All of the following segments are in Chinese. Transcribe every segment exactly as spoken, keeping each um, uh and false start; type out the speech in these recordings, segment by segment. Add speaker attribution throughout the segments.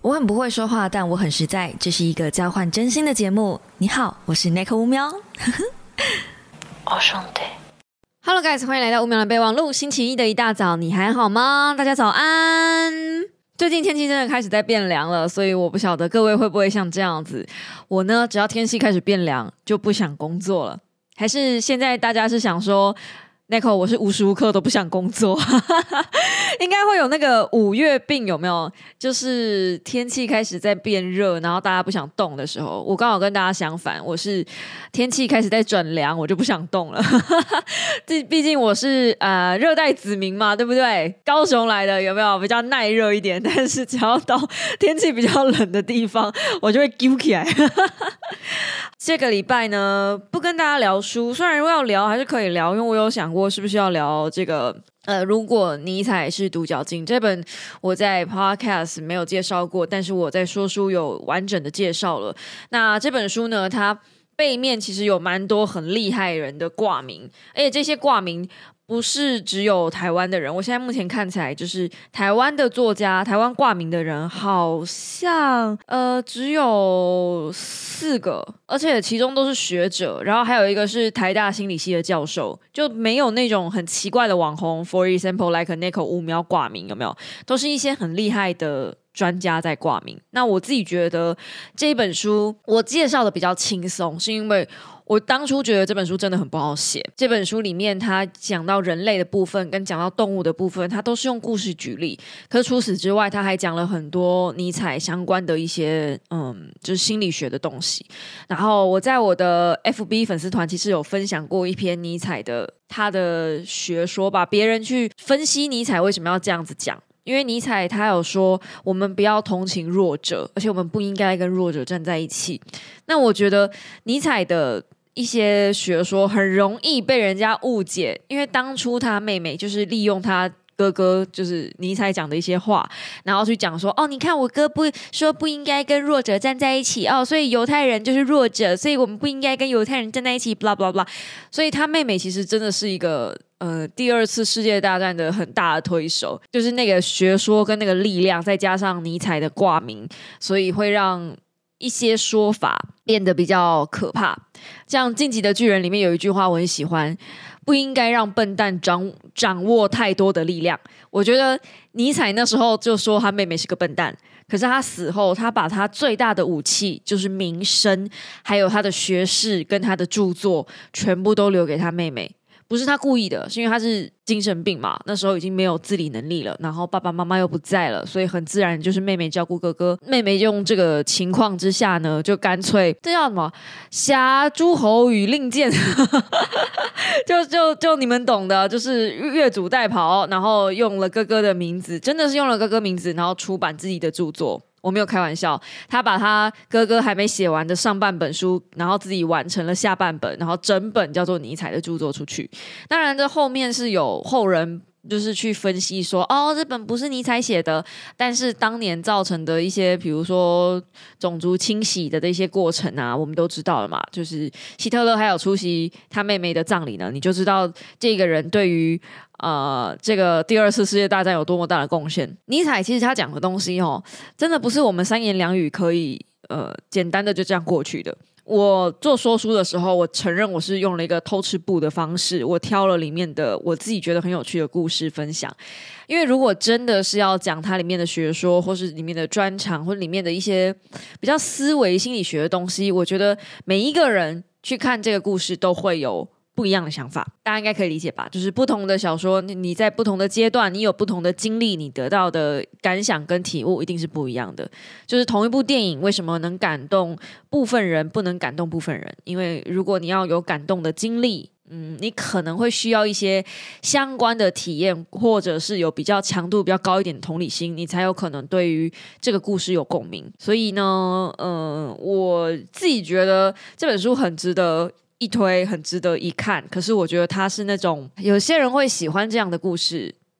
Speaker 1: 我很不会说话，但我很实在。这是一个交换真心的节目。你好，我是 Neko 乌喵。
Speaker 2: 哦，兄弟。
Speaker 3: Hello guys， 欢迎来到乌喵的备忘录。星期一的一大早，你还好吗？大家早安。最近天气真的开始在变凉了，所以我不晓得各位会不会像这样子。我呢，只要天气开始变凉，就不想工作了。还是现在大家是想说，Neko 我是无时无刻都不想工作，应该会有那个五月病有没有？就是天气开始在变热，然后大家不想动的时候，我刚好跟大家相反，我是天气开始在转凉，我就不想动了。毕竟我是呃热带子民嘛，对不对？高雄来的有没有比较耐热一点？但是只要到天气比较冷的地方，我就会揪起来。这个礼拜呢，不跟大家聊书，虽然如果要聊还是可以聊，因为我有想过是不是要聊这个呃，如果尼采是独角鲸这本，我在 podcast 没有介绍过，但是我在说书有完整的介绍了。那这本书呢，它背面其实有蛮多很厉害人的挂名，而且这些挂名不是只有台湾的人，我现在目前看起来就是台湾的作家，台湾挂名的人好像呃只有四个，而且其中都是学者，然后还有一个是台大心理系的教授，就没有那种很奇怪的网红 ，for example like Neko 乌喵挂名有没有？都是一些很厉害的专家在挂名。那我自己觉得这一本书我介绍的比较轻松，是因为我当初觉得这本书真的很不好写。这本书里面它讲到人类的部分跟讲到动物的部分，它都是用故事举例，可是除此之外它还讲了很多尼采相关的一些嗯，就是心理学的东西。然后我在我的 F B 粉丝团其实有分享过一篇尼采的他的学说吧，别人去分析尼采为什么要这样子讲。因为尼采他有说我们不要同情弱者，而且我们不应该跟弱者站在一起。那我觉得尼采的一些学说很容易被人家误解，因为当初他妹妹就是利用他哥哥就是尼采讲的一些话，然后去讲说哦，你看我哥不说不应该跟弱者站在一起哦，所以犹太人就是弱者，所以我们不应该跟犹太人站在一起 blah blah blah。 所以他妹妹其实真的是一个呃第二次世界大战的很大的推手，就是那个学说跟那个力量再加上尼采的挂名，所以会让一些说法变得比较可怕。像《晋级的巨人》里面有一句话我很喜欢，不应该让笨蛋掌掌握太多的力量。我觉得尼采那时候就说他妹妹是个笨蛋，可是他死后他把他最大的武器就是名声，还有他的学识跟他的著作全部都留给他妹妹。不是他故意的，是因为他是精神病嘛，那时候已经没有自理能力了，然后爸爸妈妈又不在了，所以很自然就是妹妹照顾哥哥。妹妹用这个情况之下呢，就干脆这叫什么挟诸侯与令箭就就就你们懂的，就是越俎代庖，然后用了哥哥的名字，真的是用了哥哥名字，然后出版自己的著作。我没有开玩笑，他把他哥哥还没写完的上半本书，然后自己完成了下半本，然后整本叫做尼采的著作出去。当然这后面是有后人就是去分析说哦，这本不是尼采写的，但是当年造成的一些比如说种族清洗的这些过程啊，我们都知道了嘛，就是希特勒还有出席他妹妹的葬礼呢，你就知道这个人对于呃，这个第二次世界大战有多么大的贡献。尼采其实他讲的东西哦，真的不是我们三言两语可以呃简单的就这样过去的。我做说书的时候，我承认我是用了一个偷吃布的方式，我挑了里面的我自己觉得很有趣的故事分享。因为如果真的是要讲它里面的学说，或是里面的专长，或者里面的一些比较思维心理学的东西，我觉得每一个人去看这个故事都会有不一样的想法，大家应该可以理解吧？就是不同的小说，你在不同的阶段，你有不同的经历，你得到的感想跟体悟一定是不一样的。就是同一部电影，为什么能感动部分人，不能感动部分人？因为如果你要有感动的经历，嗯，你可能会需要一些相关的体验，或者是有比较强度比较高一点的同理心，你才有可能对于这个故事有共鸣。所以呢，呃，我自己觉得这本书很值得一推，很值得一看。可是我觉得它是那种有些人会喜欢这样的故事，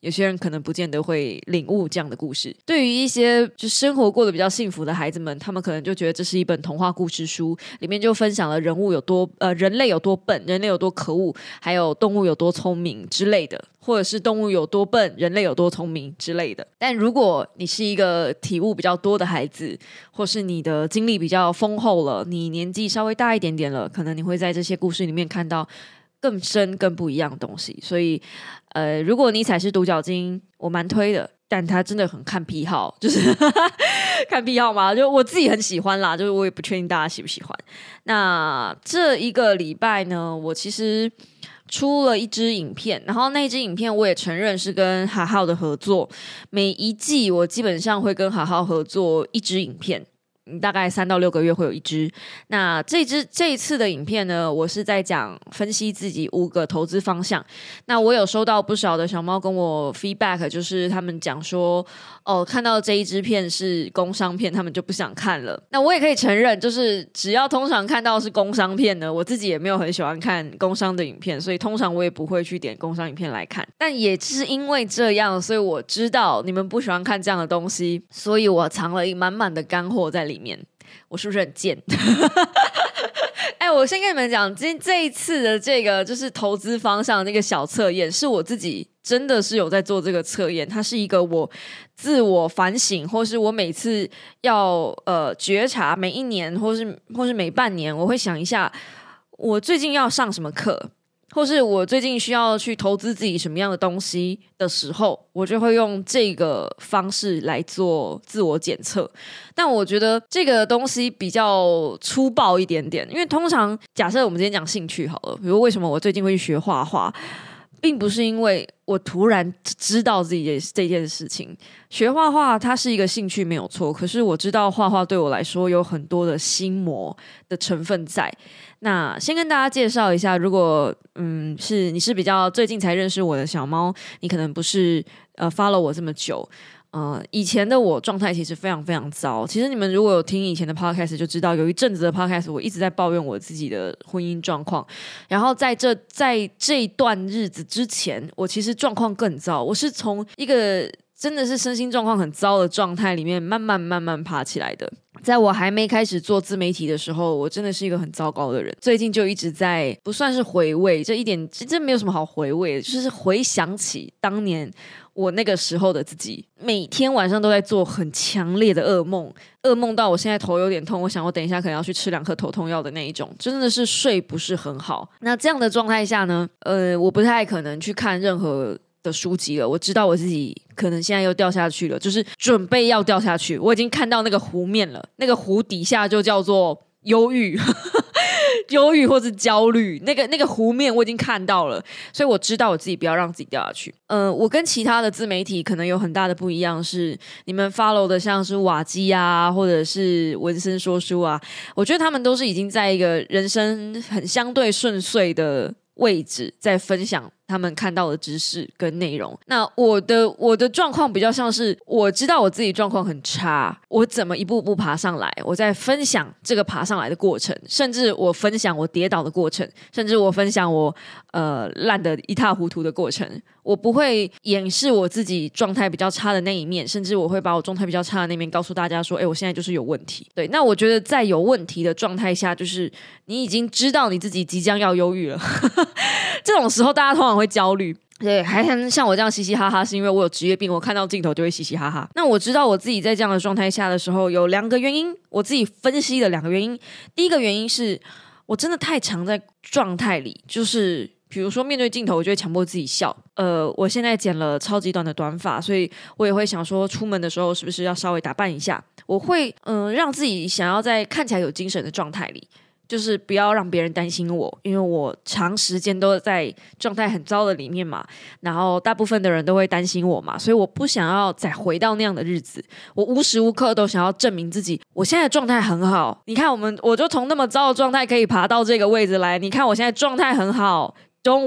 Speaker 3: 有些人可能不见得会领悟这样的故事。对于一些就生活过得比较幸福的孩子们，他们可能就觉得这是一本童话故事书，里面就分享了人物有多呃人类有多笨，人类有多可恶，还有动物有多聪明之类的，或者是动物有多笨，人类有多聪明之类的。但如果你是一个体悟比较多的孩子，或是你的经历比较丰厚了，你年纪稍微大一点点了，可能你会在这些故事里面看到更深更不一样的东西。所以呃，如果尼采是独角鲸，我蛮推的，但他真的很看癖好，就是看癖好嘛，就我自己很喜欢啦，就是我也不确定大家喜不喜欢。那这一个礼拜呢，我其实出了一支影片，然后那一支影片我也承认是跟哈浩的合作，每一季我基本上会跟哈浩合作一支影片，大概三到六个月会有一支。那这支这一次的影片呢，我是在讲分析自己五个投资方向。那我有收到不少的小猫跟我 feedback， 就是他们讲说，哦，看到这一支片是工商片，他们就不想看了。那我也可以承认，就是只要通常看到是工商片呢，我自己也没有很喜欢看工商的影片，所以通常我也不会去点工商影片来看。但也是因为这样，所以我知道你们不喜欢看这样的东西，所以我藏了满满的干货在里面。里面我是不是很贱？哎，我先跟你们讲，今这一次的这个就是投资方向的那个小测验，是我自己真的是有在做这个测验，它是一个我自我反省，或是我每次要呃觉察，每一年或是或是每半年，我会想一下我最近要上什么课，或是我最近需要去投资自己什么样的东西的时候，我就会用这个方式来做自我检测。但我觉得这个东西比较粗暴一点点，因为通常假设我们今天讲兴趣好了，比如为什么我最近会去学画画，并不是因为我突然知道自己这件事情。学画画它是一个兴趣没有错，可是我知道画画对我来说有很多的心魔的成分在。那先跟大家介绍一下，如果嗯是你是比较最近才认识我的小猫，你可能不是呃 follow 我这么久。呃，以前的我状态其实非常非常糟。其实你们如果有听以前的 podcast 就知道，有一阵子的 podcast 我一直在抱怨我自己的婚姻状况。然后在这在这一段日子之前，我其实状况更糟。我是从一个真的是身心状况很糟的状态里面慢慢慢慢爬起来的。在我还没开始做自媒体的时候，我真的是一个很糟糕的人。最近就一直在不算是回味，这一点真没有什么好回味的，就是回想起当年我那个时候的自己，每天晚上都在做很强烈的噩梦，噩梦到我现在头有点痛，我想我等一下可能要去吃两颗头痛药的那一种，真的是睡不是很好。那这样的状态下呢，呃，我不太可能去看任何的书籍了。我知道我自己可能现在又掉下去了，就是准备要掉下去，我已经看到那个湖面了，那个湖底下就叫做忧郁忧郁或是焦虑，那个那个湖面我已经看到了，所以我知道我自己不要让自己掉下去。呃，我跟其他的自媒体可能有很大的不一样，是你们 follow 的像是瓦基啊，或者是文森说书啊，我觉得他们都是已经在一个人生很相对顺遂的位置，在分享他们看到的知识跟内容。那我的我的状况比较像是，我知道我自己状况很差，我怎么一步步爬上来，我在分享这个爬上来的过程，甚至我分享我跌倒的过程，甚至我分享我呃烂得一塌糊涂的过程。我不会掩饰我自己状态比较差的那一面，甚至我会把我状态比较差的那一面告诉大家说，哎，我现在就是有问题。对，那我觉得在有问题的状态下，就是你已经知道你自己即将要忧郁了这种时候大家通常会焦虑。对，还像我这样嘻嘻哈哈，是因为我有职业病，我看到镜头就会嘻嘻哈哈。那我知道我自己在这样的状态下的时候，有两个原因，我自己分析的两个原因。第一个原因是我真的太常在状态里，就是比如说面对镜头，我就会强迫自己笑。呃，我现在剪了超级短的短发，所以我也会想说，出门的时候是不是要稍微打扮一下？我会嗯、呃，让自己想要在看起来有精神的状态里。就是不要让别人担心我，因为我长时间都在状态很糟的里面嘛，然后大部分的人都会担心我嘛，所以我不想要再回到那样的日子。我无时无刻都想要证明自己，我现在状态很好。你看我们，我就从那么糟的状态可以爬到这个位置来，你看我现在状态很好 ，Don't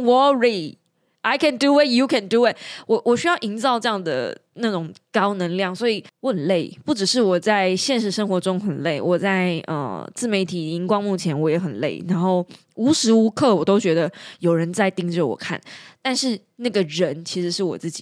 Speaker 3: worry。I can do it, you can do it 我。我需要营造这样的那种高能量，所以我很累。不只是我在现实生活中很累，我在呃自媒体荧光幕前我也很累。然后无时无刻我都觉得有人在盯着我看，但是那个人其实是我自己。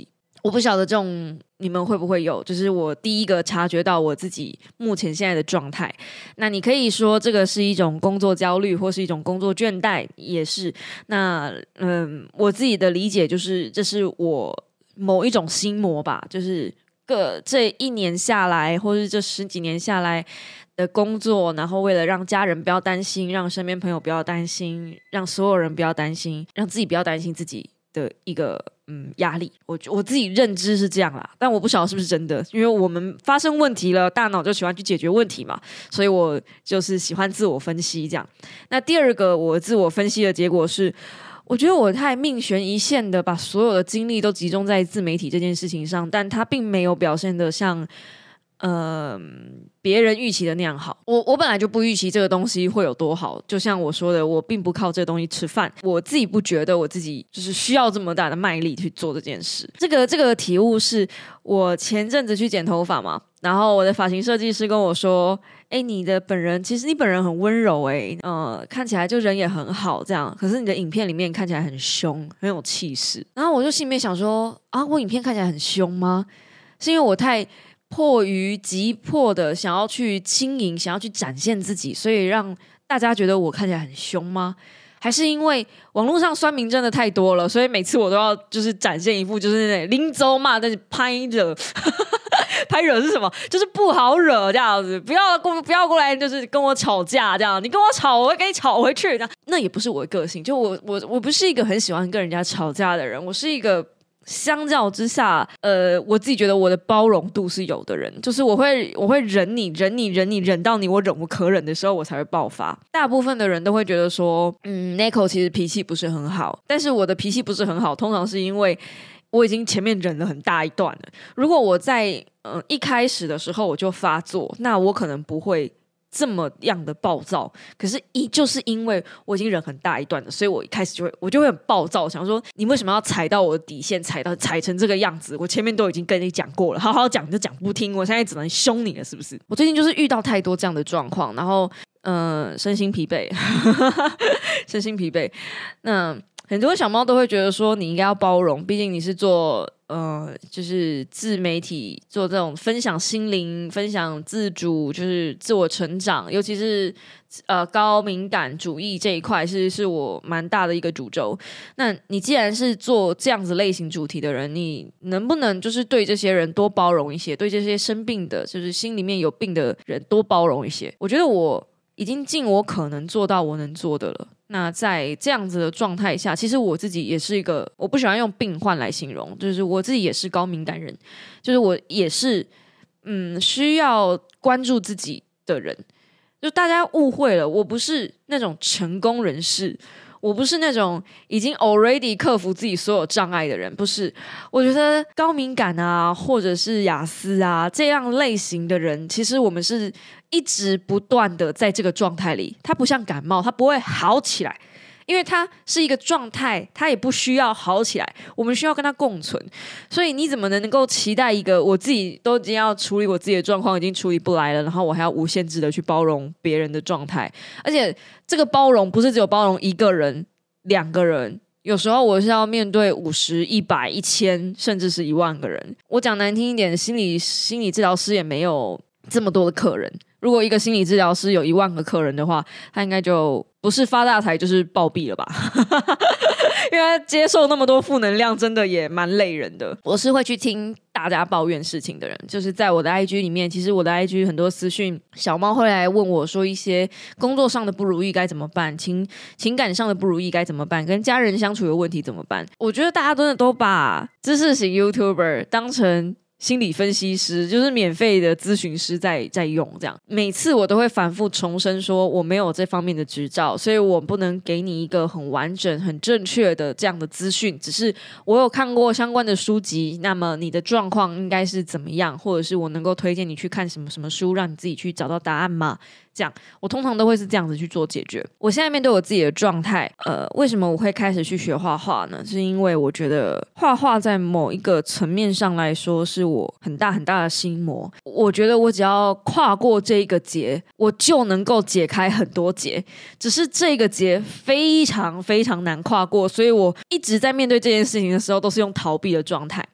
Speaker 3: 我不晓得这种你们会不会有，就是我第一个察觉到我自己目前现在的状态。那你可以说这个是一种工作焦虑，或是一种工作倦怠，也是。那嗯，我自己的理解就是，这是我某一种心魔吧，就是个这一年下来，或是这十几年下来的工作，然后为了让家人不要担心，让身边朋友不要担心，让所有人不要担心，让自己不要担心自己的一个嗯压力，我我自己认知是这样啦，但我不晓得是不是真的，因为我们发生问题了，大脑就喜欢去解决问题嘛，所以我就是喜欢自我分析这样。那第二个我自我分析的结果是，我觉得我太命悬一线的把所有的精力都集中在自媒体这件事情上，但它并没有表现得像呃，别人预期的那样好。我我本来就不预期这个东西会有多好，就像我说的，我并不靠这个东西吃饭，我自己不觉得我自己就是需要这么大的卖力去做这件事。这个这个体悟是我前阵子去剪头发嘛，然后我的发型设计师跟我说：“哎，你的本人其实你本人很温柔、欸，哎，呃，看起来就人也很好，这样。可是你的影片里面看起来很凶，很有气势。”然后我就心里面想说：“啊，我影片看起来很凶吗？是因为我太……”迫于急迫的想要去经营，想要去展现自己，所以让大家觉得我看起来很凶吗？还是因为网络上酸民真的太多了，所以每次我都要就是展现一副就是那拎走嘛，但是拍惹拍惹是什么？就是不好惹这样子，不要过不要过来就是跟我吵架这样，你跟我吵，我会跟你吵回去这样。那也不是我的个性，就我我我不是一个很喜欢跟人家吵架的人，我是一个。相较之下，呃，我自己觉得我的包容度是有的人，就是我会我会忍你忍你忍你忍到你我忍无可忍的时候，我才会爆发。大部分的人都会觉得说，嗯 ，Neko 其实脾气不是很好，但是我的脾气不是很好，通常是因为我已经前面忍了很大一段了。如果我在嗯、呃、一开始的时候我就发作，那我可能不会这么样的暴躁，可是一就是因为我已经忍很大一段了，所以我一开始就会我就会很暴躁，想说你为什么要踩到我的底线，踩到踩成这个样子？我前面都已经跟你讲过了，好好讲就讲不听，我现在只能凶你了，是不是？我最近就是遇到太多这样的状况，然后呃身心疲惫，身心疲惫。那很多小猫都会觉得说你应该要包容，毕竟你是做呃就是自媒体，做这种分享心灵、分享自主，就是自我成长，尤其是呃高敏感主义这一块是是我蛮大的一个主轴。那你既然是做这样子类型主题的人，你能不能就是对这些人多包容一些，对这些生病的，就是心里面有病的人多包容一些？我觉得我已经尽我可能做到我能做的了。那在这样子的状态下，其实我自己也是一个，我不喜欢用病患来形容，就是我自己也是高敏感人，就是我也是嗯需要关注自己的人。就大家误会了，我不是那种成功人士，我不是那种已经 already 克服自己所有障碍的人，不是。我觉得高敏感啊，或者是亚斯啊这样类型的人，其实我们是一直不断的在这个状态里，它不像感冒，它不会好起来，因为它是一个状态，它也不需要好起来，我们需要跟它共存。所以你怎么能够期待一个我自己都已经要处理我自己的状况，已经处理不来了，然后我还要无限制的去包容别人的状态？而且这个包容不是只有包容一个人、两个人，有时候我是要面对五十、一百、一千，甚至是一万个人。我讲难听一点，心理心理治疗师也没有这么多的客人。如果一个心理治疗师有一万个客人的话，他应该就不是发大财就是暴毙了吧因为他接受那么多负能量真的也蛮累人的。我是会去听大家抱怨事情的人，就是在我的 I G 里面，其实我的 I G 很多私讯小猫会来问我说一些工作上的不如意该怎么办，情情感上的不如意该怎么办，跟家人相处有问题怎么办。我觉得大家真的都把知识型 YouTuber 当成心理分析师，就是免费的咨询师在在用这样。每次我都会反复重申说我没有这方面的执照，所以我不能给你一个很完整很正确的这样的资讯，只是我有看过相关的书籍，那么你的状况应该是怎么样，或者是我能够推荐你去看什么什么书，让你自己去找到答案吗？这样我通常都会是这样子去做解决。我现在面对我自己的状态，呃，为什么我会开始去学画画呢？是因为我觉得画画在某一个层面上来说是我很大很大的心魔。我觉得我只要跨过这一个结，我就能够解开很多结，只是这个结非常非常难跨过，所以我一直在面对这件事情的时候都是用逃避的状态。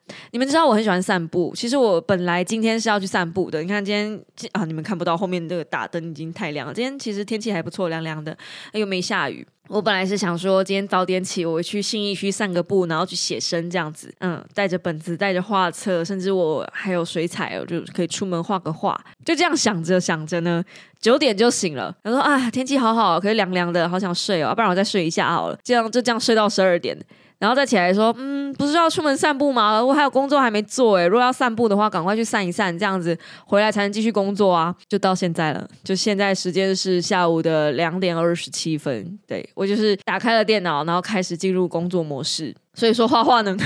Speaker 3: 你们知道我很喜欢散步，其实我本来今天是要去散步的。你看今天啊，你们看不到后面这个大灯已经太亮了。今天其实天气还不错，凉凉的，又没下雨。我本来是想说今天早点起，我去信义区散个步，然后去写生这样子，嗯，带着本子，带着画册，甚至我还有水彩，我就可以出门画个画。就这样想着想着呢，九点就醒了。我说啊，天气好好，可是凉凉的，好想睡哦，不然我再睡一下好了。这样就这样睡到十二点。然后再起来说，嗯，不是要出门散步吗？我还有工作还没做诶，如果要散步的话，赶快去散一散，这样子回来才能继续工作啊。就到现在了，就现在时间是下午的两点二十七分。对，我就是打开了电脑，然后开始进入工作模式。所以说画画呢，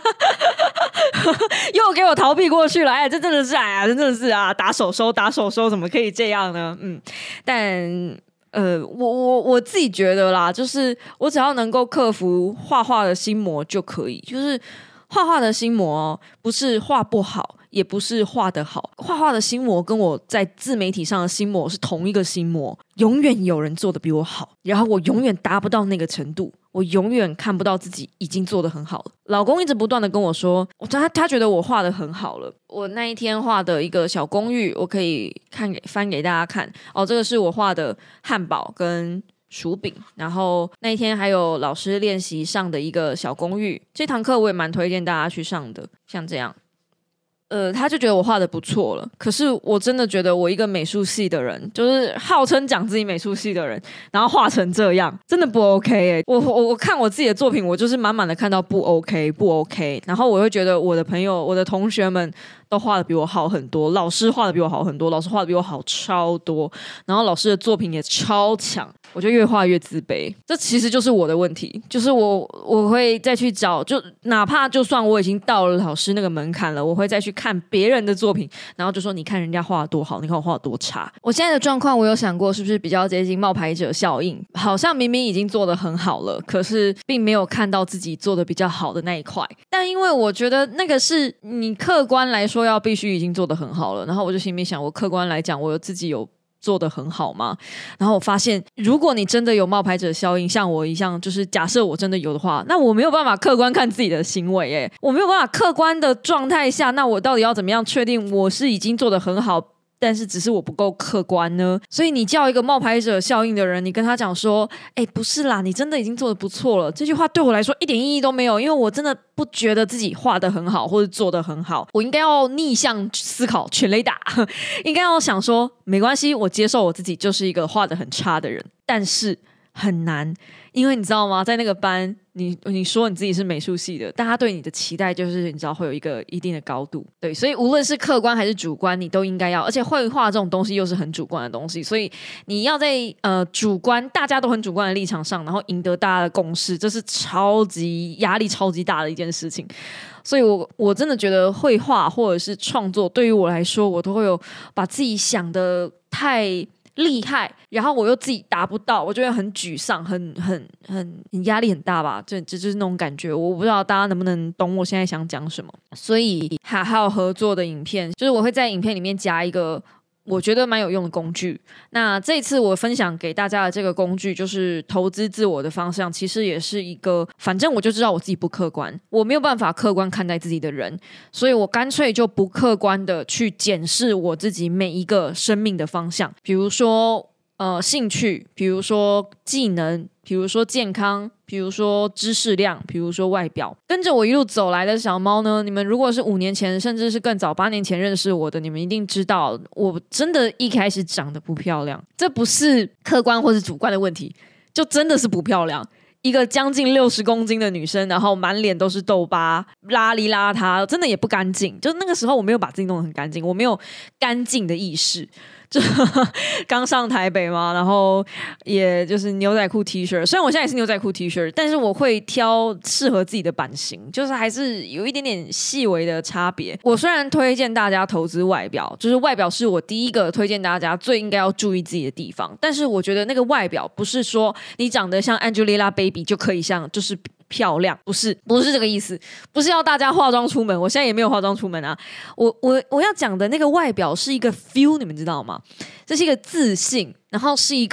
Speaker 3: 又给我逃避过去了。哎，这真的是哎呀，真的是啊，打手收打手收，怎么可以这样呢？嗯，但。呃，我我我自己觉得啦，就是我只要能够克服画画的心魔就可以。就是画画的心魔哦，不是画不好，也不是画得好。画画的心魔跟我在自媒体上的心魔是同一个心魔。永远有人做得比我好，然后我永远达不到那个程度，我永远看不到自己已经做得很好了。老公一直不断的跟我说，他他觉得我画得很好了。我那一天画的一个小公寓，我可以看给翻给大家看哦。这个是我画的汉堡跟薯饼，然后那一天还有老师练习上的一个小公寓，这堂课我也蛮推荐大家去上的，像这样。呃，他就觉得我画的不错了，可是我真的觉得我一个美术系的人，就是号称讲自己美术系的人，然后画成这样，真的不 OK 哎、欸！我我我看我自己的作品，我就是满满的看到不 OK 不 OK， 然后我会觉得我的朋友、我的同学们都画的比我好很多，老师画的比我好很多，老师画的比我好超多，然后老师的作品也超强，我就越画越自卑。这其实就是我的问题，就是我我会再去找，就哪怕就算我已经到了老师那个门槛了，我会再去看别人的作品，然后就说你看人家画的多好，你看我画的多差。我现在的状况，我有想过是不是比较接近冒牌者效应，好像明明已经做得很好了，可是并没有看到自己做得比较好的那一块。但因为我觉得那个是你客观来说要必须已经做得很好了，然后我就心里想，我客观来讲，我有自己有做得很好吗？然后我发现，如果你真的有冒牌者效应，像我一样，就是假设我真的有的话，那我没有办法客观看自己的行为，诶，我没有办法客观的状态下，那我到底要怎么样确定我是已经做得很好？但是只是我不够客观呢，所以你叫一个冒牌者效应的人，你跟他讲说，哎，不是啦，你真的已经做得不错了，这句话对我来说一点意义都没有，因为我真的不觉得自己画得很好或者做得很好，我应该要逆向思考，全雷打，应该要想说，没关系，我接受我自己就是一个画得很差的人，但是很难，因为你知道吗，在那个班你你说你自己是美术系的，大家对你的期待就是你知道会有一个一定的高度，对，所以无论是客观还是主观你都应该要，而且绘画这种东西又是很主观的东西，所以你要在呃主观大家都很主观的立场上，然后赢得大家的共识，这是超级压力超级大的一件事情。所以我我真的觉得绘画或者是创作对于我来说，我都会有把自己想的太厉害，然后我又自己达不到，我就会很沮丧，很很很压力很大吧，就就就是那种感觉。我不知道大家能不能懂我现在想讲什么。所以还还有合作的影片，就是我会在影片里面加一个我觉得蛮有用的工具。那这次我分享给大家的这个工具，就是投资自我的方向，其实也是一个，反正我就知道我自己不客观，我没有办法客观看待自己的人，所以我干脆就不客观的去检视我自己每一个生命的方向，比如说呃兴趣，比如说技能，比如说健康，比如说知识量，比如说外表。跟着我一路走来的小猫呢，你们如果是五年前甚至是更早八年前认识我的，你们一定知道我真的一开始长得不漂亮，这不是客观或是主观的问题，就真的是不漂亮。一个将近六十公斤的女生，然后满脸都是痘疤，邋里邋遢，真的也不干净。就那个时候我没有把自己弄得很干净，我没有干净的意识。就刚上台北嘛，然后也就是牛仔裤 T 恤，虽然我现在也是牛仔裤 T 恤，但是我会挑适合自己的版型，就是还是有一点点细微的差别。我虽然推荐大家投资外表，就是外表是我第一个推荐大家最应该要注意自己的地方，但是我觉得那个外表不是说你长得像 Angelababy 就可以像就是漂亮，不是不是这个意思，不是要大家化妆出门，我现在也没有化妆出门啊。我我我要讲的那个外表是一个 feel， 你们知道吗？这是一个自信，然后是一个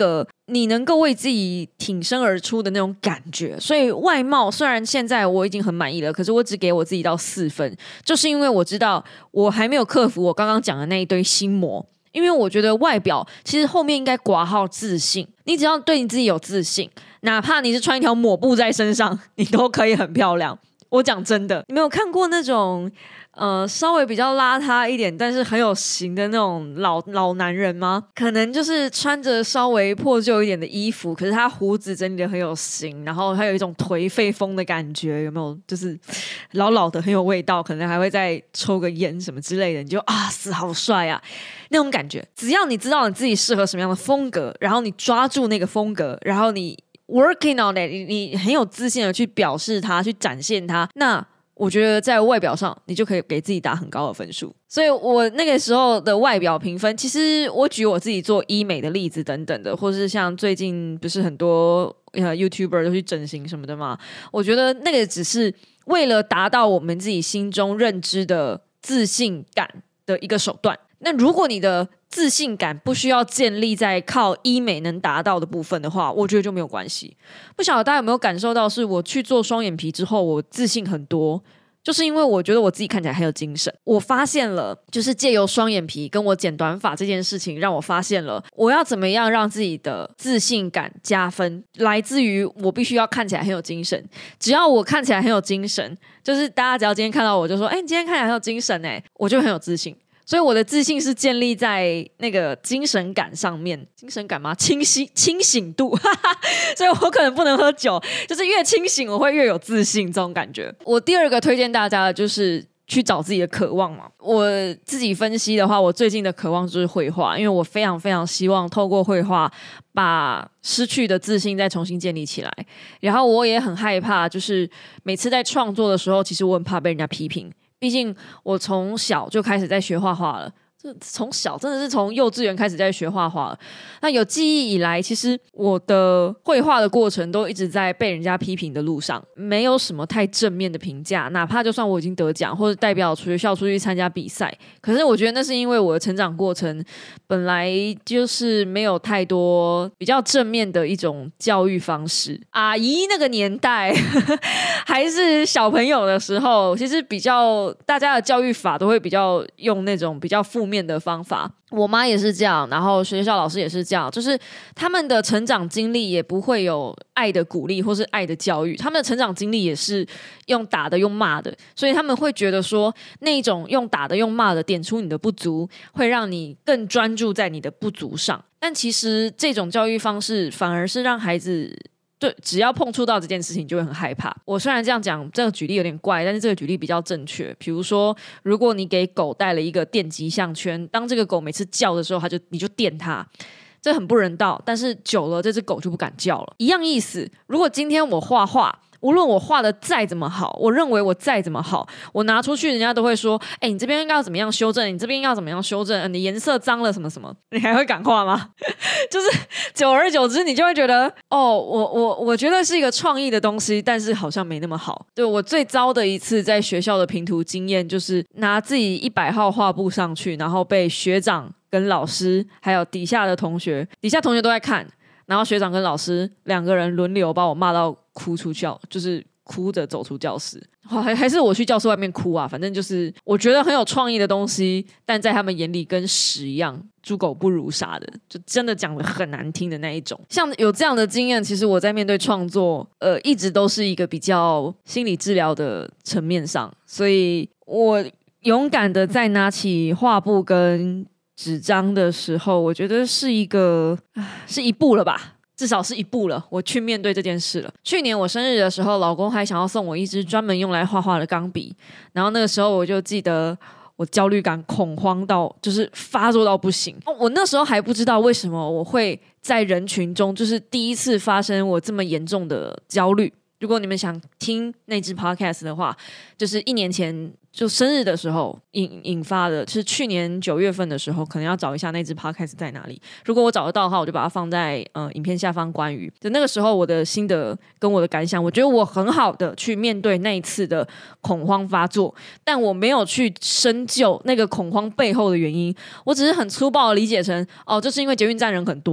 Speaker 3: 你能够为自己挺身而出的那种感觉。所以外貌虽然现在我已经很满意了，可是我只给我自己到四分，就是因为我知道我还没有克服我刚刚讲的那一堆心魔。因为我觉得外表其实后面应该挂号自信，你只要对你自己有自信，哪怕你是穿一条抹布在身上，你都可以很漂亮。我讲真的，你没有看过那种呃稍微比较邋遢一点但是很有型的那种老老男人吗？可能就是穿着稍微破旧一点的衣服，可是他胡子整理的很有型，然后还有一种颓废风的感觉，有没有？就是老老的很有味道，可能还会再抽个烟什么之类的，你就啊死好帅啊那种感觉。只要你知道你自己适合什么样的风格，然后你抓住那个风格，然后你working on it， 你, 你很有自信的去表示它，去展现它，那我觉得在外表上你就可以给自己打很高的分数。所以我那个时候的外表评分，其实我举我自己做医美的例子等等的，或是像最近不是很多呃 YouTuber 都去整形什么的嘛，我觉得那个只是为了达到我们自己心中认知的自信感的一个手段。那如果你的自信感不需要建立在靠医美能达到的部分的话，我觉得就没有关系。不晓得大家有没有感受到，是我去做双眼皮之后我自信很多，就是因为我觉得我自己看起来很有精神。我发现了就是借由双眼皮跟我剪短发这件事情，让我发现了我要怎么样让自己的自信感加分，来自于我必须要看起来很有精神。只要我看起来很有精神，就是大家只要今天看到我就说哎、欸，你今天看起来很有精神欸，我就很有自信。所以我的自信是建立在那个精神感上面。精神感吗？清晰清醒度所以我可能不能喝酒，就是越清醒我会越有自信这种感觉。我第二个推荐大家的就是去找自己的渴望嘛。我自己分析的话，我最近的渴望就是绘画，因为我非常非常希望透过绘画把失去的自信再重新建立起来。然后我也很害怕，就是每次在创作的时候，其实我很怕被人家批评。毕竟我从小就开始在学画画了，从小真的是从幼稚园开始在学画画了。那有记忆以来，其实我的绘画的过程都一直在被人家批评的路上，没有什么太正面的评价。哪怕就算我已经得奖或者代表学校出去参加比赛，可是我觉得那是因为我的成长过程本来就是没有太多比较正面的一种教育方式。阿姨那个年代还是小朋友的时候，其实比较大家的教育法都会比较用那种比较负面的方法。我妈也是这样，然后学校老师也是这样，就是他们的成长经历也不会有爱的鼓励或是爱的教育，他们的成长经历也是用打的用骂的，所以他们会觉得说那种用打的用骂的点出你的不足，会让你更专注在你的不足上。但其实这种教育方式反而是让孩子对，只要碰触到这件事情就会很害怕。我虽然这样讲，这个举例有点怪，但是这个举例比较正确。比如说，如果你给狗带了一个电极项圈，当这个狗每次叫的时候，它就你就电它，这很不人道。但是久了，这只狗就不敢叫了。一样意思。如果今天我画画，无论我画的再怎么好，我认为我再怎么好，我拿出去人家都会说哎、欸，你这边应该要怎么样修正，你这边要怎么样修正、呃、你颜色脏了什么什么，你还会敢画吗？就是久而久之你就会觉得哦，我我我觉得是一个创意的东西，但是好像没那么好。对，我最糟的一次在学校的评图经验，就是拿自己一百号画布上去，然后被学长跟老师还有底下的同学，底下同学都在看，然后学长跟老师两个人轮流把我骂到哭出教，就是哭着走出教室，还还是我去教室外面哭啊，反正就是我觉得很有创意的东西，但在他们眼里跟屎一样，猪狗不如啥的，就真的讲得很难听的那一种。像有这样的经验，其实我在面对创作呃，一直都是一个比较心理治疗的层面上，所以我勇敢的在拿起画布跟纸张的时候，我觉得是一个是一步了吧，至少是一步了，我去面对这件事了。去年我生日的时候，老公还想要送我一支专门用来画画的钢笔，然后那个时候我就记得我焦虑感恐慌到就是发作到不行。我那时候还不知道为什么我会在人群中，就是第一次发生我这么严重的焦虑。如果你们想听那支 podcast 的话，就是一年前就生日的时候 引, 引发的，是去年九月份的时候，可能要找一下那支 podcast 在哪里。如果我找得到的话，我就把它放在呃影片下方关于就那个时候我的心得跟我的感想。我觉得我很好的去面对那一次的恐慌发作，但我没有去深究那个恐慌背后的原因，我只是很粗暴的理解成哦，就是因为捷运站人很多。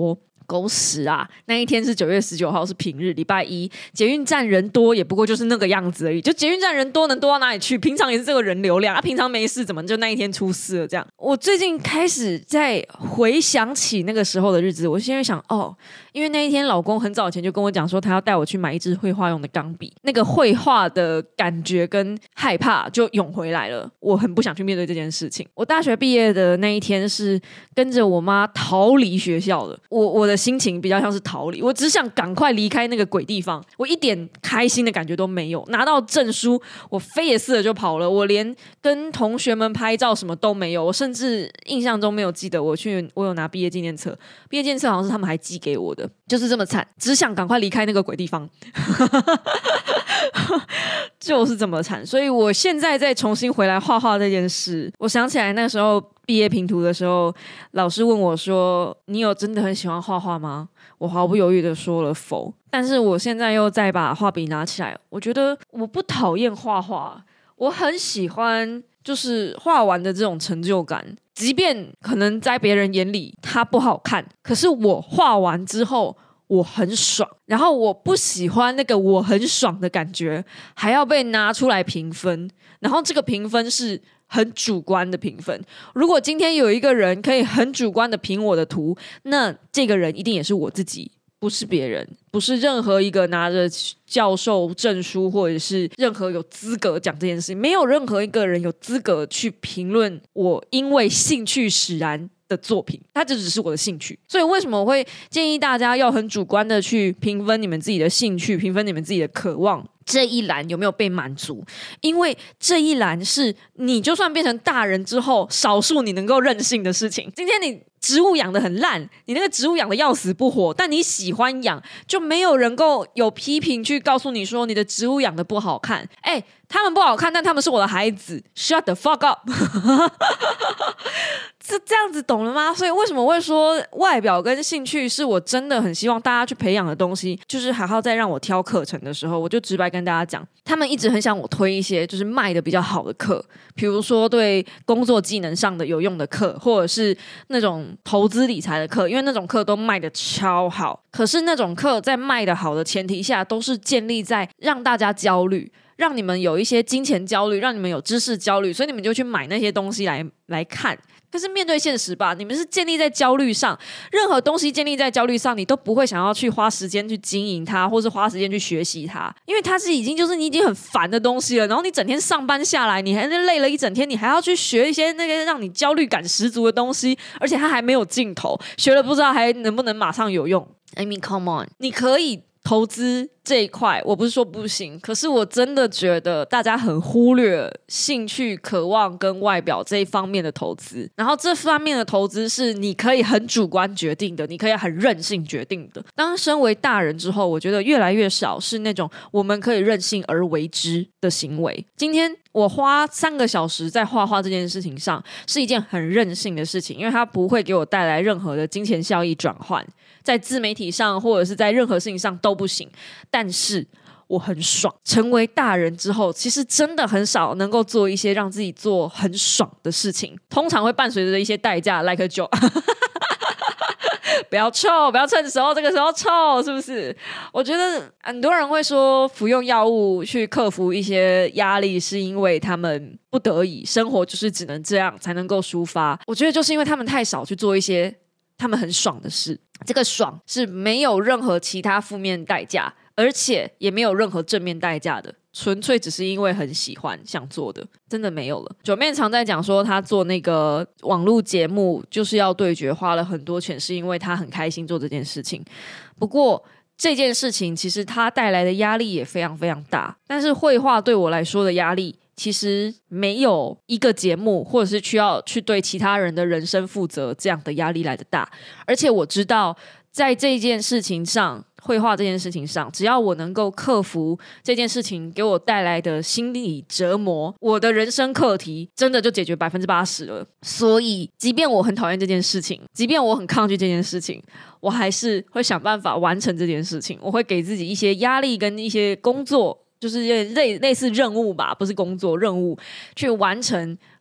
Speaker 3: 狗屎啊！那一天是九月十九号，是平日，礼拜一，捷运站人多也不过就是那个样子而已。就捷运站人多能多到哪里去？平常也是这个人流量啊，平常没事怎么就那一天出事了？这样，我最近开始在回想起那个时候的日子，我现在想哦，因为那一天老公很早前就跟我讲说，他要带我去买一支绘画用的钢笔，那个绘画的感觉跟害怕就涌回来了。我很不想去面对这件事情。我大学毕业的那一天是跟着我妈逃离学校的，我我的心情比较像是逃离，我只想赶快离开那个鬼地方，我一点开心的感觉都没有。拿到证书，我飞也似的就跑了，我连跟同学们拍照什么都没有，我甚至印象中没有记得我去我有拿毕业纪念册，毕业纪念册好像是他们还寄给我的，就是这么惨，只想赶快离开那个鬼地方。就是这么惨，所以我现在再重新回来画画这件事，我想起来那时候毕业评图的时候，老师问我说你有真的很喜欢画画吗？我毫不犹豫的说了否。但是我现在又再把画笔拿起来，我觉得我不讨厌画画，我很喜欢就是画完的这种成就感，即便可能在别人眼里它不好看，可是我画完之后我很爽，然后我不喜欢那个我很爽的感觉还要被拿出来评分，然后这个评分是很主观的评分。如果今天有一个人可以很主观的评我的图，那这个人一定也是我自己，不是别人，不是任何一个拿着教授证书或者是任何有资格讲这件事，没有任何一个人有资格去评论我因为兴趣使然的作品，它就只是我的兴趣。所以为什么我会建议大家要很主观的去评分你们自己的兴趣，评分你们自己的渴望，这一栏有没有被满足？因为这一栏是你就算变成大人之后少数你能够任性的事情。今天你植物养得很烂，你那个植物养得要死不活，但你喜欢养，就没有人够有批评去告诉你说你的植物养得不好看。哎，他们不好看，但他们是我的孩子 Shut the fuck up 是这样子懂了吗？所以为什么我会说外表跟兴趣是我真的很希望大家去培养的东西，就是还好在让我挑课程的时候，我就直白跟大家讲，他们一直很想我推一些就是卖的比较好的课，比如说对工作技能上的有用的课，或者是那种投资理财的课，因为那种课都卖的超好。可是那种课在卖的好的前提下，都是建立在让大家焦虑，让你们有一些金钱焦虑，让你们有知识焦虑，所以你们就去买那些东西来来看。可是面对现实吧，你们是建立在焦虑上，任何东西建立在焦虑上，你都不会想要去花时间去经营它，或是花时间去学习它，因为它是已经就是你已经很烦的东西了。然后你整天上班下来，你还是累了一整天，你还要去学一些那个让你焦虑感十足的东西，而且它还没有尽头，学了不知道还能不能马上有用。I mean, come on， 你可以投资这一块，我不是说不行，可是我真的觉得大家很忽略兴趣、渴望跟外表这一方面的投资。然后这方面的投资是你可以很主观决定的，你可以很任性决定的。当身为大人之后，我觉得越来越少是那种我们可以任性而为之的行为。今天我花三个小时在画画这件事情上是一件很任性的事情，因为它不会给我带来任何的金钱效益转换，在自媒体上或者是在任何事情上都不行。但是我很爽，成为大人之后其实真的很少能够做一些让自己做很爽的事情，通常会伴随着一些代价 like a joke 不要臭，不要趁时候这个时候臭，是不是？我觉得很多人会说服用药物去克服一些压力是因为他们不得已，生活就是只能这样才能够抒发。我觉得就是因为他们太少去做一些他们很爽的事，这个爽是没有任何其他负面代价，而且也没有任何正面代价的，纯粹只是因为很喜欢想做的，真的没有了。九妹常在讲说他做那个网络节目就是要对决，花了很多钱是因为他很开心做这件事情。不过这件事情其实他带来的压力也非常非常大，但是绘画对我来说的压力其实没有一个节目或者是需要去对其他人的人生负责这样的压力来得大。而且我知道在这件事情上，绘画这件事情上，只要我能够克服这件事情给我带来的心理折磨，我的人生课题真的就解决 百分之八十 了。所以即便我很讨厌这件事情，即便我很抗拒这件事情，我还是会想办法完成这件事情。我会给自己一些压力跟一些工作，就是类类似任务吧，不是工作任务，去完成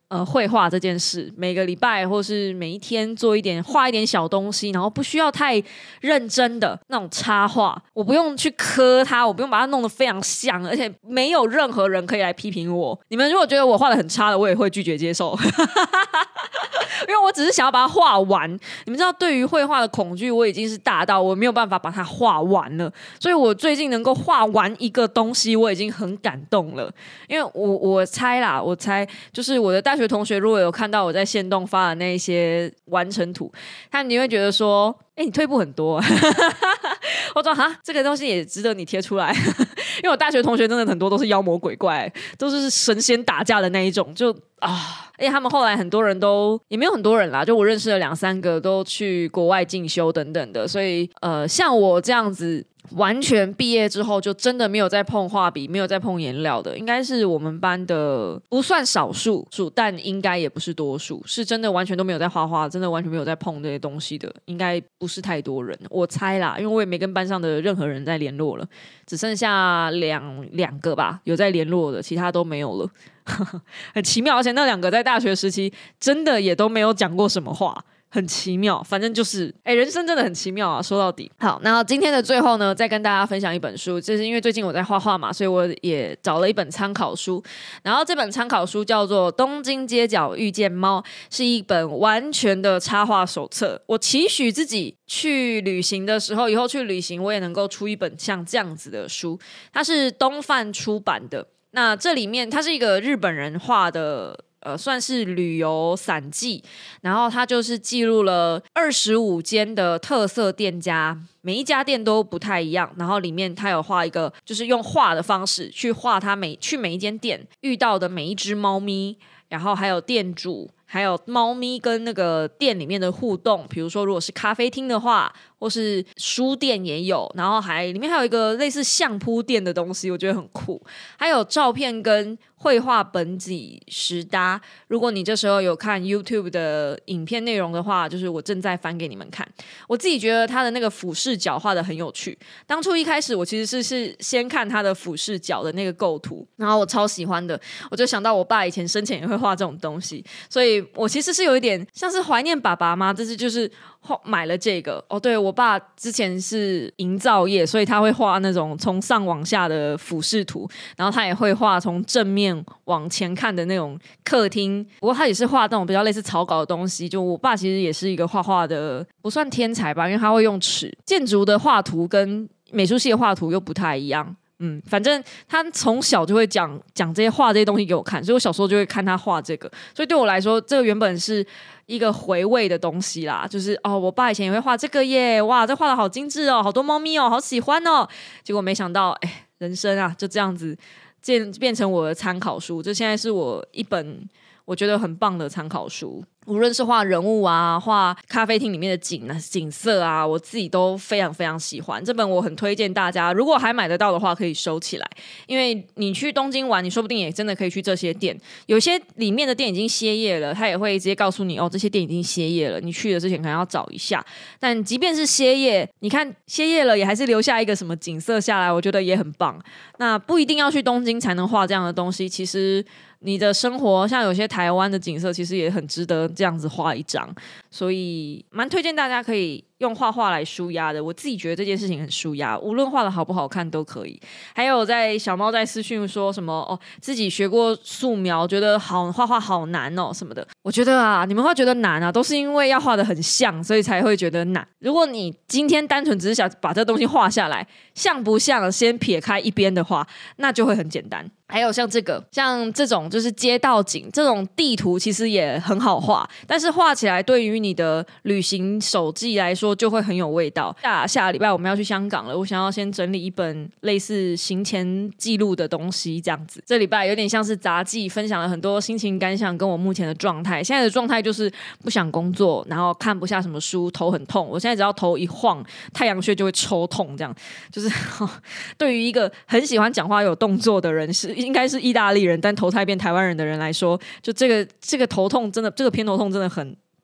Speaker 3: 呃，绘画这件事，每个礼拜或是每一天做一点画一点小东西，然后不需要太认真的那种插画，我不用去刻它，我不用把它弄得非常像，而且没有任何人可以来批评我。你们如果觉得我画得很差的，我也会拒绝接受因为我只是想要把它画完。你们知道对于绘画的恐惧我已经是大到我没有办法把它画完了，所以我最近能够画完一个东西我已经很感动了。因为我我猜啦我猜就是我的大学同学如果有看到我在限动发的那些完成图，他们你会觉得说哎、欸，你退步很多我说哈，这个东西也值得你贴出来因为我大学同学真的很多都是妖魔鬼怪，都是神仙打架的那一种，就啊，而且他们后来很多人都也没有很多人啦，就我认识了两三个都去国外进修等等的，所以呃，像我这样子完全毕业之后就真的没有再碰画笔没有再碰颜料的，应该是我们班的不算少数数，但应该也不是多数，是真的完全都没有在画画，真的完全没有在碰这些东西的，应该不是太多人，我猜啦，因为我也没跟班上的任何人在联络了，只剩下两两个吧有在联络的，其他都没有了很奇妙，而且那两个在大学时期真的也都没有讲过什么话，很奇妙，反正就是哎、欸，人生真的很奇妙啊，说到底。好，那今天的最后呢，再跟大家分享一本书，就是因为最近我在画画嘛，所以我也找了一本参考书，然后这本参考书叫做《东京街角遇见猫》，是一本完全的插画手册。我期许自己去旅行的时候，以后去旅行我也能够出一本像这样子的书，它是东贩出版的。那这里面它是一个日本人画的呃，算是旅游散记，然后它就是记录了二十五间的特色店家，每一家店都不太一样，然后里面它有画一个，就是用画的方式去画它每去每一间店遇到的每一只猫咪，然后还有店主，还有猫咪跟那个店里面的互动，比如说如果是咖啡厅的话，或是书店也有，然后还里面还有一个类似相扑店的东西，我觉得很酷，还有照片跟绘画本子实搭。如果你这时候有看 YouTube 的影片内容的话，就是我正在翻给你们看。我自己觉得他的那个俯视角画得很有趣，当初一开始我其实是是先看他的俯视角的那个构图，然后我超喜欢的，我就想到我爸以前生前也会画这种东西，所以我其实是有一点像是怀念爸爸吗？这是就是买了这个哦，对，我爸之前是营造业，所以他会画那种从上往下的俯视图，然后他也会画从正面往前看的那种客厅，不过他也是画那种比较类似草稿的东西。就我爸其实也是一个画画的不算天才吧，因为他会用尺，建筑的画图跟美术系的画图又不太一样。嗯，反正他从小就会讲讲这些画这些东西给我看，所以我小时候就会看他画这个，所以对我来说这个原本是一个回味的东西啦，就是哦，我爸以前也会画这个耶，哇，这画的好精致哦，好多猫咪哦，好喜欢哦。结果没想到哎，人生啊就这样子变变成我的参考书，这现在是我一本我觉得很棒的参考书，无论是画人物啊，画咖啡厅里面的景啊景色啊，我自己都非常非常喜欢。这本我很推荐大家，如果还买得到的话可以收起来，因为你去东京玩，你说不定也真的可以去这些店，有些里面的店已经歇业了，他也会直接告诉你哦，这些店已经歇业了，你去的之前可能要找一下。但即便是歇业，你看歇业了也还是留下一个什么景色下来，我觉得也很棒。那不一定要去东京才能画这样的东西，其实你的生活像有些台湾的景色其实也很值得这样子画一张，所以蛮推荐大家可以用画画来抒压的。我自己觉得这件事情很抒压，无论画的好不好看都可以。还有在小猫在私讯说什么哦，自己学过素描觉得好画画好难哦什么的，我觉得啊你们会觉得难啊，都是因为要画的很像所以才会觉得难。如果你今天单纯只是想把这个东西画下来，像不像先撇开一边的话，那就会很简单。还有像这个像这种就是街道景，这种地图其实也很好画，但是画起来对于你的旅行手记来说就会很有味道。下下个礼拜我们要去香港了，我想要先整理一本类似行前记录的东西这样子。这礼拜有点像是杂记，分享了很多心情感想跟我目前的状态。现在的状态就是不想工作，然后看不下什么书，头很痛，我现在只要头一晃太阳穴就会抽痛，这样就是对于一个很喜欢讲话有动作的人，是应该是意大利人但投胎变台湾人的人来说，就这个这个头痛真的，这个偏头痛真的很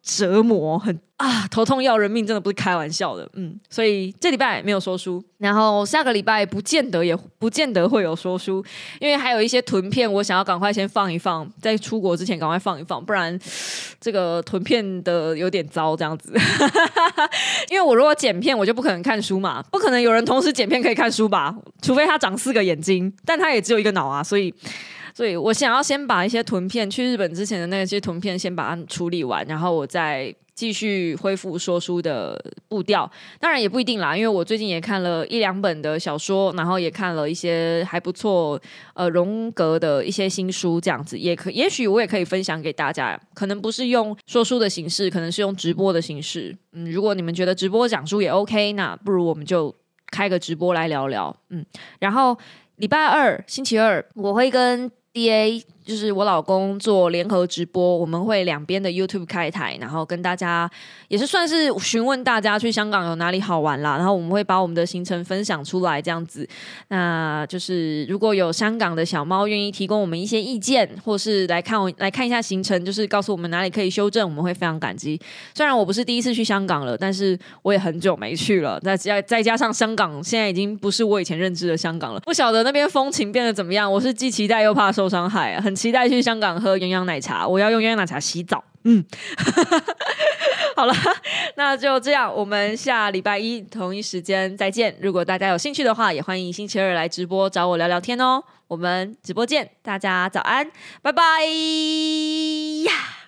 Speaker 3: 折磨，很啊头痛要人命，真的不是开玩笑的。嗯，所以这礼拜没有说书，然后下个礼拜不见得也不见得会有说书，因为还有一些囤片，我想要赶快先放一放，在出国之前赶快放一放，不然这个囤片的有点糟这样子。因为我如果剪片，我就不可能看书嘛，不可能有人同时剪片可以看书吧？除非他长四个眼睛，但他也只有一个脑啊，所以。所以我想要先把一些囤片，去日本之前的那些囤片先把它处理完，然后我再继续恢复说书的步调。当然也不一定啦，因为我最近也看了一两本的小说，然后也看了一些还不错呃荣格的一些新书，这样子也可也许我也可以分享给大家，可能不是用说书的形式，可能是用直播的形式。嗯，如果你们觉得直播讲书也 OK， 那不如我们就开个直播来聊聊。嗯，然后礼拜二星期二我会跟D A 就是我老公做联合直播，我们会两边的 YouTube 开台，然后跟大家也是算是询问大家去香港有哪里好玩啦，然后我们会把我们的行程分享出来这样子。那就是如果有香港的小猫愿意提供我们一些意见，或是来看来看一下行程，就是告诉我们哪里可以修正，我们会非常感激。虽然我不是第一次去香港了，但是我也很久没去了，再加再加上香港现在已经不是我以前认知的香港了，不晓得那边风情变得怎么样，我是既期待又怕受伤害啊，很期待去香港喝鸳鸯奶茶，我要用鸳鸯奶茶洗澡。嗯，好了，那就这样，我们下礼拜一同一时间再见。如果大家有兴趣的话，也欢迎星期二来直播找我聊聊天哦。我们直播见，大家早安，拜拜呀。